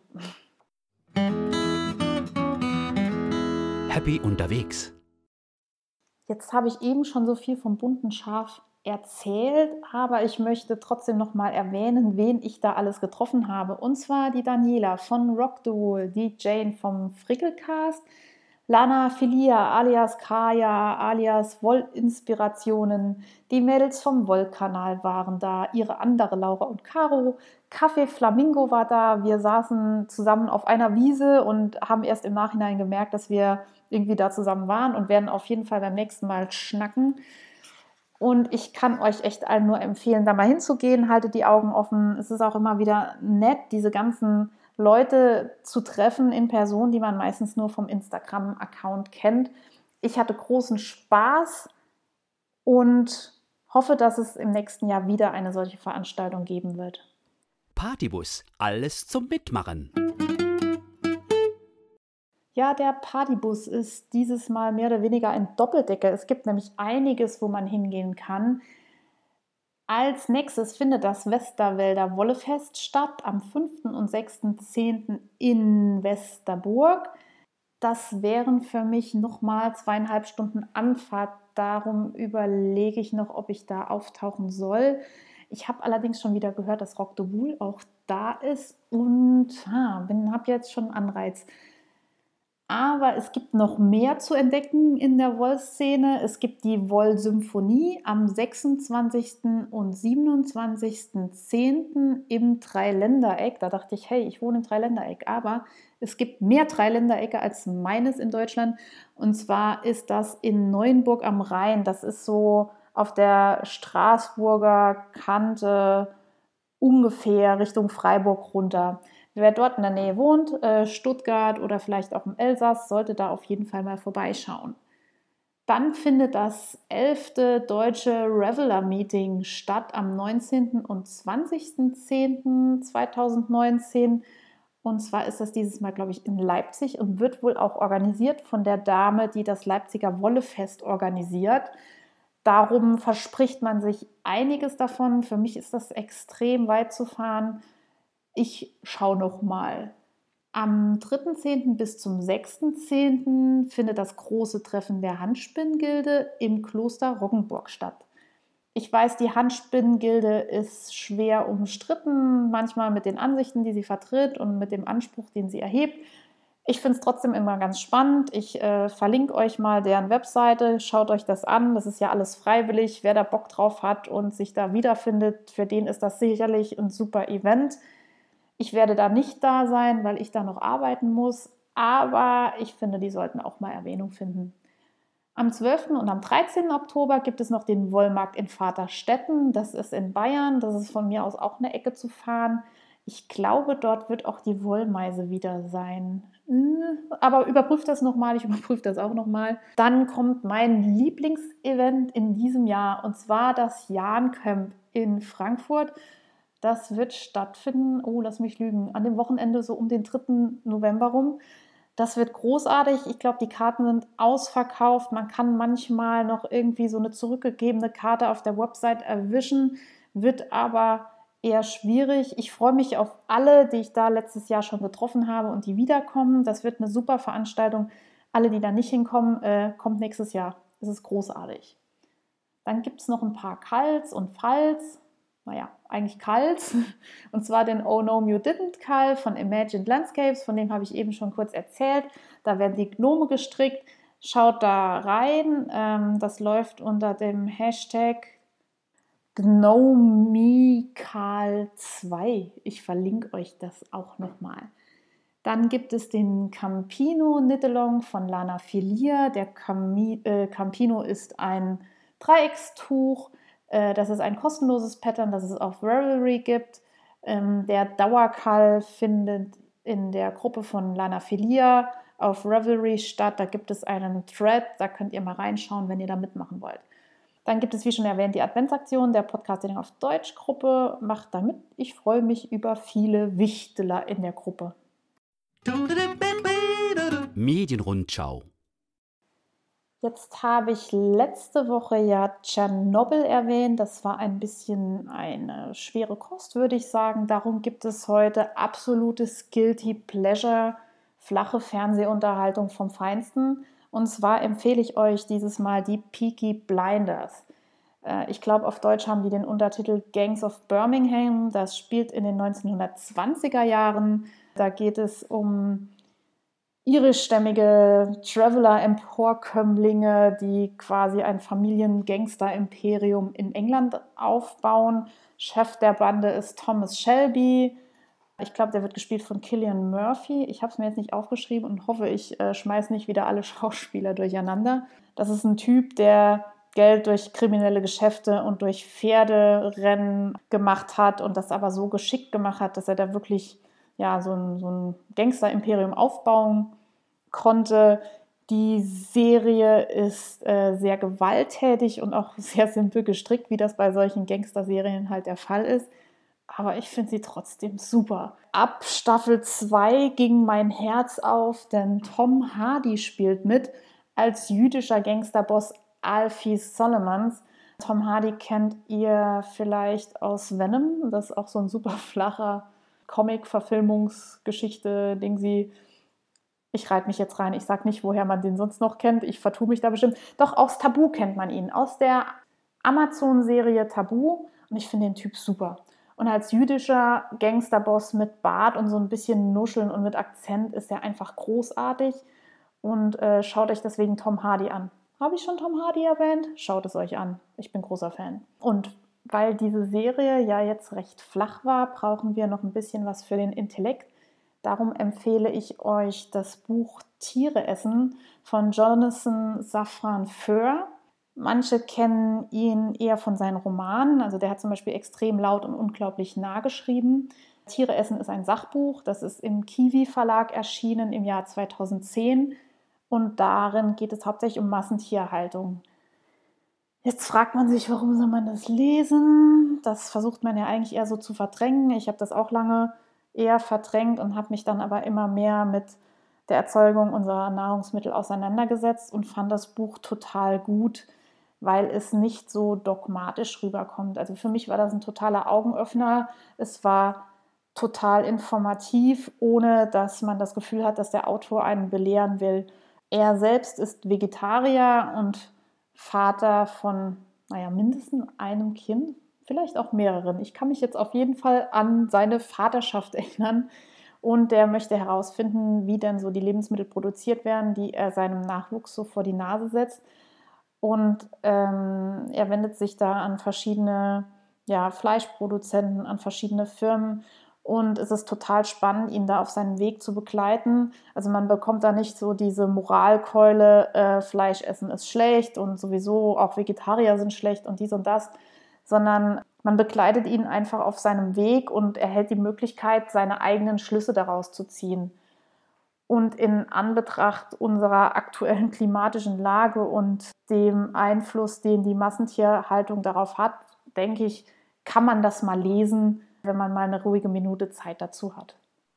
Happy unterwegs. Jetzt habe ich eben schon so viel vom bunten Schaf erzählt, aber ich möchte trotzdem noch mal erwähnen, wen ich da alles getroffen habe. Und zwar die Daniela von Rock the Wool, die Jane vom Frickelcast, Lana Filia alias Kaya alias Wollinspirationen, die Mädels vom Wollkanal waren da, ihre andere Laura und Caro, Kaffee Flamingo war da, wir saßen zusammen auf einer Wiese und haben erst im Nachhinein gemerkt, dass wir irgendwie da zusammen waren und werden auf jeden Fall beim nächsten Mal schnacken. Und ich kann euch echt allen nur empfehlen, da mal hinzugehen, haltet die Augen offen. Es ist auch immer wieder nett, diese ganzen Leute zu treffen in Person, die man meistens nur vom Instagram-Account kennt. Ich hatte großen Spaß und hoffe, dass es im nächsten Jahr wieder eine solche Veranstaltung geben wird. Partybus, alles zum Mitmachen. Ja, der Partybus ist dieses Mal mehr oder weniger ein Doppeldecker. Es gibt nämlich einiges, wo man hingehen kann. Als nächstes findet das Westerwälder Wollefest statt, am fünften und sechsten zehnten in Westerburg. Das wären für mich nochmal zweieinhalb Stunden Anfahrt. Darum überlege ich noch, ob ich da auftauchen soll. Ich habe allerdings schon wieder gehört, dass Rock the Wool auch da ist und ha, habe jetzt schon einen Anreiz. Aber es gibt noch mehr zu entdecken in der Woll-Szene. Es gibt die Woll-Symphonie am sechsundzwanzigsten und siebenundzwanzigsten zehnten im Dreiländereck. Da dachte ich, hey, ich wohne im Dreiländereck. Aber es gibt mehr Dreiländerecke als meines in Deutschland. Und zwar ist das in Neuenburg am Rhein. Das ist so auf der Straßburger Kante ungefähr Richtung Freiburg runter. Wer dort in der Nähe wohnt, Stuttgart oder vielleicht auch im Elsass, sollte da auf jeden Fall mal vorbeischauen. Dann findet das elfte Deutsche Reveller-Meeting statt am neunzehnten und zwanzigsten zehnten zweitausendneunzehn. Und zwar ist das dieses Mal, glaube ich, in Leipzig und wird wohl auch organisiert von der Dame, die das Leipziger Wollefest organisiert. Darum verspricht man sich einiges davon. Für mich ist das extrem weit zu fahren. Ich schaue noch mal. Am dritten zehnten bis zum sechsten zehnten findet das große Treffen der Handspinngilde im Kloster Roggenburg statt. Ich weiß, die Handspinngilde ist schwer umstritten, manchmal mit den Ansichten, die sie vertritt und mit dem Anspruch, den sie erhebt. Ich finde es trotzdem immer ganz spannend. Ich äh, verlinke euch mal deren Webseite, schaut euch das an. Das ist ja alles freiwillig. Wer da Bock drauf hat und sich da wiederfindet, für den ist das sicherlich ein super Event. Ich werde da nicht da sein, weil ich da noch arbeiten muss, aber ich finde, die sollten auch mal Erwähnung finden. Am zwölften und am dreizehnten Oktober gibt es noch den Wollmarkt in Vaterstetten. Das ist in Bayern, das ist von mir aus auch eine Ecke zu fahren. Ich glaube, dort wird auch die Wollmeise wieder sein. Aber überprüft das nochmal, ich überprüfe das auch nochmal. Dann kommt mein Lieblingsevent in diesem Jahr und zwar das Jahn-Camp in Frankfurt. Das wird stattfinden, oh, lass mich lügen, an dem Wochenende so um den dritten November rum. Das wird großartig. Ich glaube, die Karten sind ausverkauft. Man kann manchmal noch irgendwie so eine zurückgegebene Karte auf der Website erwischen, wird aber eher schwierig. Ich freue mich auf alle, die ich da letztes Jahr schon getroffen habe und die wiederkommen. Das wird eine super Veranstaltung. Alle, die da nicht hinkommen, äh, kommt nächstes Jahr. Das ist großartig. Dann gibt es noch ein paar Kals und Falls. Naja, eigentlich Kals, und zwar den Oh No You Didn't Kal von Imagined Landscapes, von dem habe ich eben schon kurz erzählt. Da werden die Gnome gestrickt, schaut da rein, ähm, das läuft unter dem Hashtag Gnomikal zwei. Ich verlinke euch das auch nochmal. Dann gibt es den Campino Knit-Along von Lana Filia. Der Cami- äh, Campino ist ein Dreieckstuch. Das ist ein kostenloses Pattern, das es auf Ravelry gibt. Der Dauerkall findet in der Gruppe von Lana Filia auf Ravelry statt. Da gibt es einen Thread, da könnt ihr mal reinschauen, wenn ihr da mitmachen wollt. Dann gibt es, wie schon erwähnt, die Adventsaktion der Podcasting auf Deutsch-Gruppe. Macht da mit. Ich freue mich über viele Wichteler in der Gruppe. Medienrundschau. Jetzt habe ich letzte Woche ja Tschernobyl erwähnt. Das war ein bisschen eine schwere Kost, würde ich sagen. Darum gibt es heute absolutes Guilty Pleasure, flache Fernsehunterhaltung vom Feinsten. Und zwar empfehle ich euch dieses Mal die Peaky Blinders. Ich glaube, auf Deutsch haben die den Untertitel Gangs of Birmingham. Das spielt in den neunzehnhundertzwanziger Jahren. Da geht es um irischstämmige Traveler-Emporkömmlinge, die quasi ein Familiengangster-Imperium in England aufbauen. Chef der Bande ist Thomas Shelby. Ich glaube, der wird gespielt von Cillian Murphy. Ich habe es mir jetzt nicht aufgeschrieben und hoffe, ich äh, schmeiße nicht wieder alle Schauspieler durcheinander. Das ist ein Typ, der Geld durch kriminelle Geschäfte und durch Pferderennen gemacht hat und das aber so geschickt gemacht hat, dass er da wirklich ja, so ein, so ein Gangster-Imperium aufbauen konnte. Die Serie ist äh, sehr gewalttätig und auch sehr simpel gestrickt, wie das bei solchen Gangster-Serien halt der Fall ist. Aber ich finde sie trotzdem super. Ab Staffel zwei ging mein Herz auf, denn Tom Hardy spielt mit als jüdischer Gangsterboss Alfie Solomons. Tom Hardy kennt ihr vielleicht aus Venom. Das ist auch so ein super flacher Comic-Verfilmungsgeschichte, Ding sie. Ich reite mich jetzt rein. Ich sage nicht, woher man den sonst noch kennt. Ich vertue mich da bestimmt. Doch aus Tabu kennt man ihn. Aus der Amazon-Serie Tabu. Und ich finde den Typ super. Und als jüdischer Gangsterboss mit Bart und so ein bisschen Nuscheln und mit Akzent ist er einfach großartig. Und äh, schaut euch deswegen Tom Hardy an. Habe ich schon Tom Hardy erwähnt? Schaut es euch an. Ich bin großer Fan. Und weil diese Serie ja jetzt recht flach war, brauchen wir noch ein bisschen was für den Intellekt. Darum empfehle ich euch das Buch Tiere essen von Jonathan Safran Foer. Manche kennen ihn eher von seinen Romanen. Also der hat zum Beispiel Extrem laut und unglaublich nah geschrieben. Tiere essen ist ein Sachbuch. Das ist im Kiwi Verlag erschienen im Jahr zweitausendzehn. Und darin geht es hauptsächlich um Massentierhaltung. Jetzt fragt man sich, warum soll man das lesen? Das versucht man ja eigentlich eher so zu verdrängen. Ich habe das auch lange eher verdrängt und habe mich dann aber immer mehr mit der Erzeugung unserer Nahrungsmittel auseinandergesetzt und fand das Buch total gut, weil es nicht so dogmatisch rüberkommt. Also für mich war das ein totaler Augenöffner. Es war total informativ, ohne dass man das Gefühl hat, dass der Autor einen belehren will. Er selbst ist Vegetarier und Vater von, naja, mindestens einem Kind, vielleicht auch mehreren. Ich kann mich jetzt auf jeden Fall an seine Vaterschaft erinnern. Und der möchte herausfinden, wie denn so die Lebensmittel produziert werden, die er seinem Nachwuchs so vor die Nase setzt. Und ähm, er wendet sich da an verschiedene ja, Fleischproduzenten, an verschiedene Firmen. Und es ist total spannend, ihn da auf seinem Weg zu begleiten. Also man bekommt da nicht so diese Moralkeule, äh, Fleisch essen ist schlecht und sowieso auch Vegetarier sind schlecht und dies und das, sondern man begleitet ihn einfach auf seinem Weg und erhält die Möglichkeit, seine eigenen Schlüsse daraus zu ziehen. Und in Anbetracht unserer aktuellen klimatischen Lage und dem Einfluss, den die Massentierhaltung darauf hat, denke ich, kann man das mal lesen, wenn man mal eine ruhige Minute Zeit dazu hat.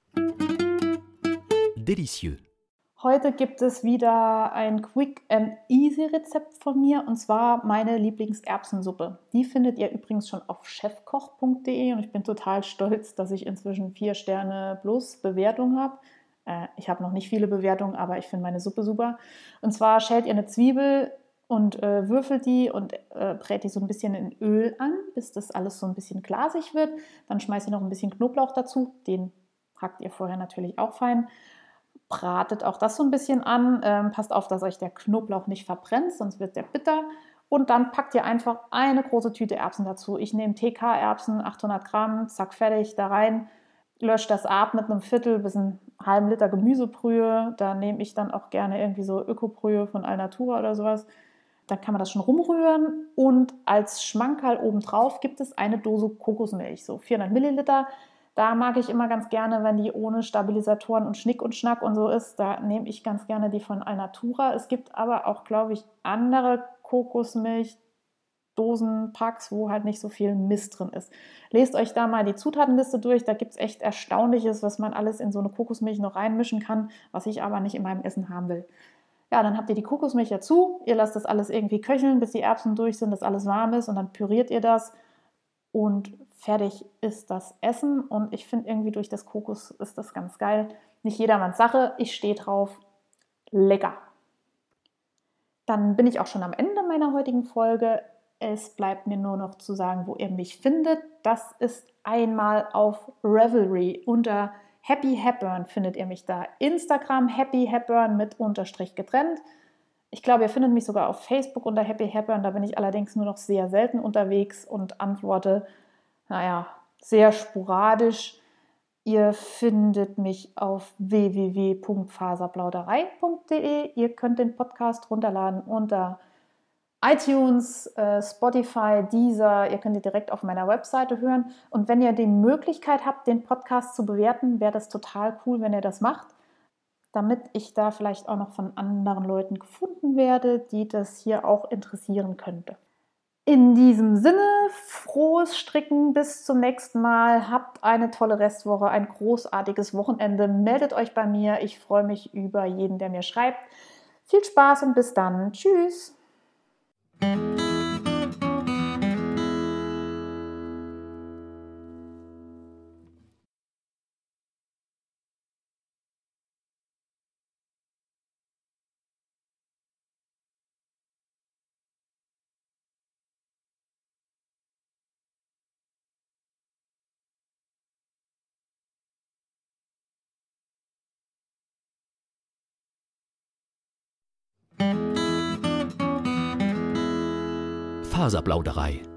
Delicieux. Heute gibt es wieder ein Quick and Easy Rezept von mir und zwar meine Lieblingserbsensuppe. Die findet ihr übrigens schon auf chefkoch punkt de und ich bin total stolz, dass ich inzwischen vier Sterne plus Bewertung habe. Äh, ich habe noch nicht viele Bewertungen, aber ich finde meine Suppe super. Und zwar schält ihr eine Zwiebel und äh, würfelt die und äh, brät die so ein bisschen in Öl an, bis das alles so ein bisschen glasig wird. Dann schmeißt ihr noch ein bisschen Knoblauch dazu, den hackt ihr vorher natürlich auch fein. Bratet auch das so ein bisschen an. Ähm, passt auf, dass euch der Knoblauch nicht verbrennt, sonst wird der bitter. Und dann packt ihr einfach eine große Tüte Erbsen dazu. Ich nehme T K-Erbsen, achthundert Gramm, zack, fertig, da rein. Löscht das ab mit einem Viertel bis einem halben Liter Gemüsebrühe. Da nehme ich dann auch gerne irgendwie so Ökobrühe von Alnatura oder sowas. Dann kann man das schon rumrühren. Und als Schmankerl obendrauf gibt es eine Dose Kokosmilch, so vierhundert Milliliter. Da mag ich immer ganz gerne, wenn die ohne Stabilisatoren und Schnick und Schnack und so ist. Da nehme ich ganz gerne die von Alnatura. Es gibt aber auch, glaube ich, andere Kokosmilch-Dosenpacks, wo halt nicht so viel Mist drin ist. Lest euch da mal die Zutatenliste durch. Da gibt es echt Erstaunliches, was man alles in so eine Kokosmilch noch reinmischen kann, was ich aber nicht in meinem Essen haben will. Ja, dann habt ihr die Kokosmilch dazu. Ihr lasst das alles irgendwie köcheln, bis die Erbsen durch sind, dass alles warm ist und dann püriert ihr das. Und fertig ist das Essen. Und ich finde irgendwie durch das Kokos ist das ganz geil. Nicht jedermanns Sache. Ich stehe drauf. Lecker. Dann bin ich auch schon am Ende meiner heutigen Folge. Es bleibt mir nur noch zu sagen, wo ihr mich findet. Das ist einmal auf Revelry. Unter Happy Hepburn findet ihr mich da. Instagram Happy Hepburn mit Unterstrich getrennt. Ich glaube, ihr findet mich sogar auf Facebook unter Happy Hepburn. Da bin ich allerdings nur noch sehr selten unterwegs und antworte, naja, sehr sporadisch. Ihr findet mich auf w w w punkt faserplauderei punkt de. Ihr könnt den Podcast runterladen unter iTunes, äh, Spotify, Deezer, ihr könnt ihr direkt auf meiner Webseite hören. Und wenn ihr die Möglichkeit habt, den Podcast zu bewerten, wäre das total cool, wenn ihr das macht, damit ich da vielleicht auch noch von anderen Leuten gefunden werde, die das hier auch interessieren könnte. In diesem Sinne, frohes Stricken, bis zum nächsten Mal. Habt eine tolle Restwoche, ein großartiges Wochenende. Meldet euch bei mir. Ich freue mich über jeden, der mir schreibt. Viel Spaß und bis dann. Tschüss. Faserplauderei.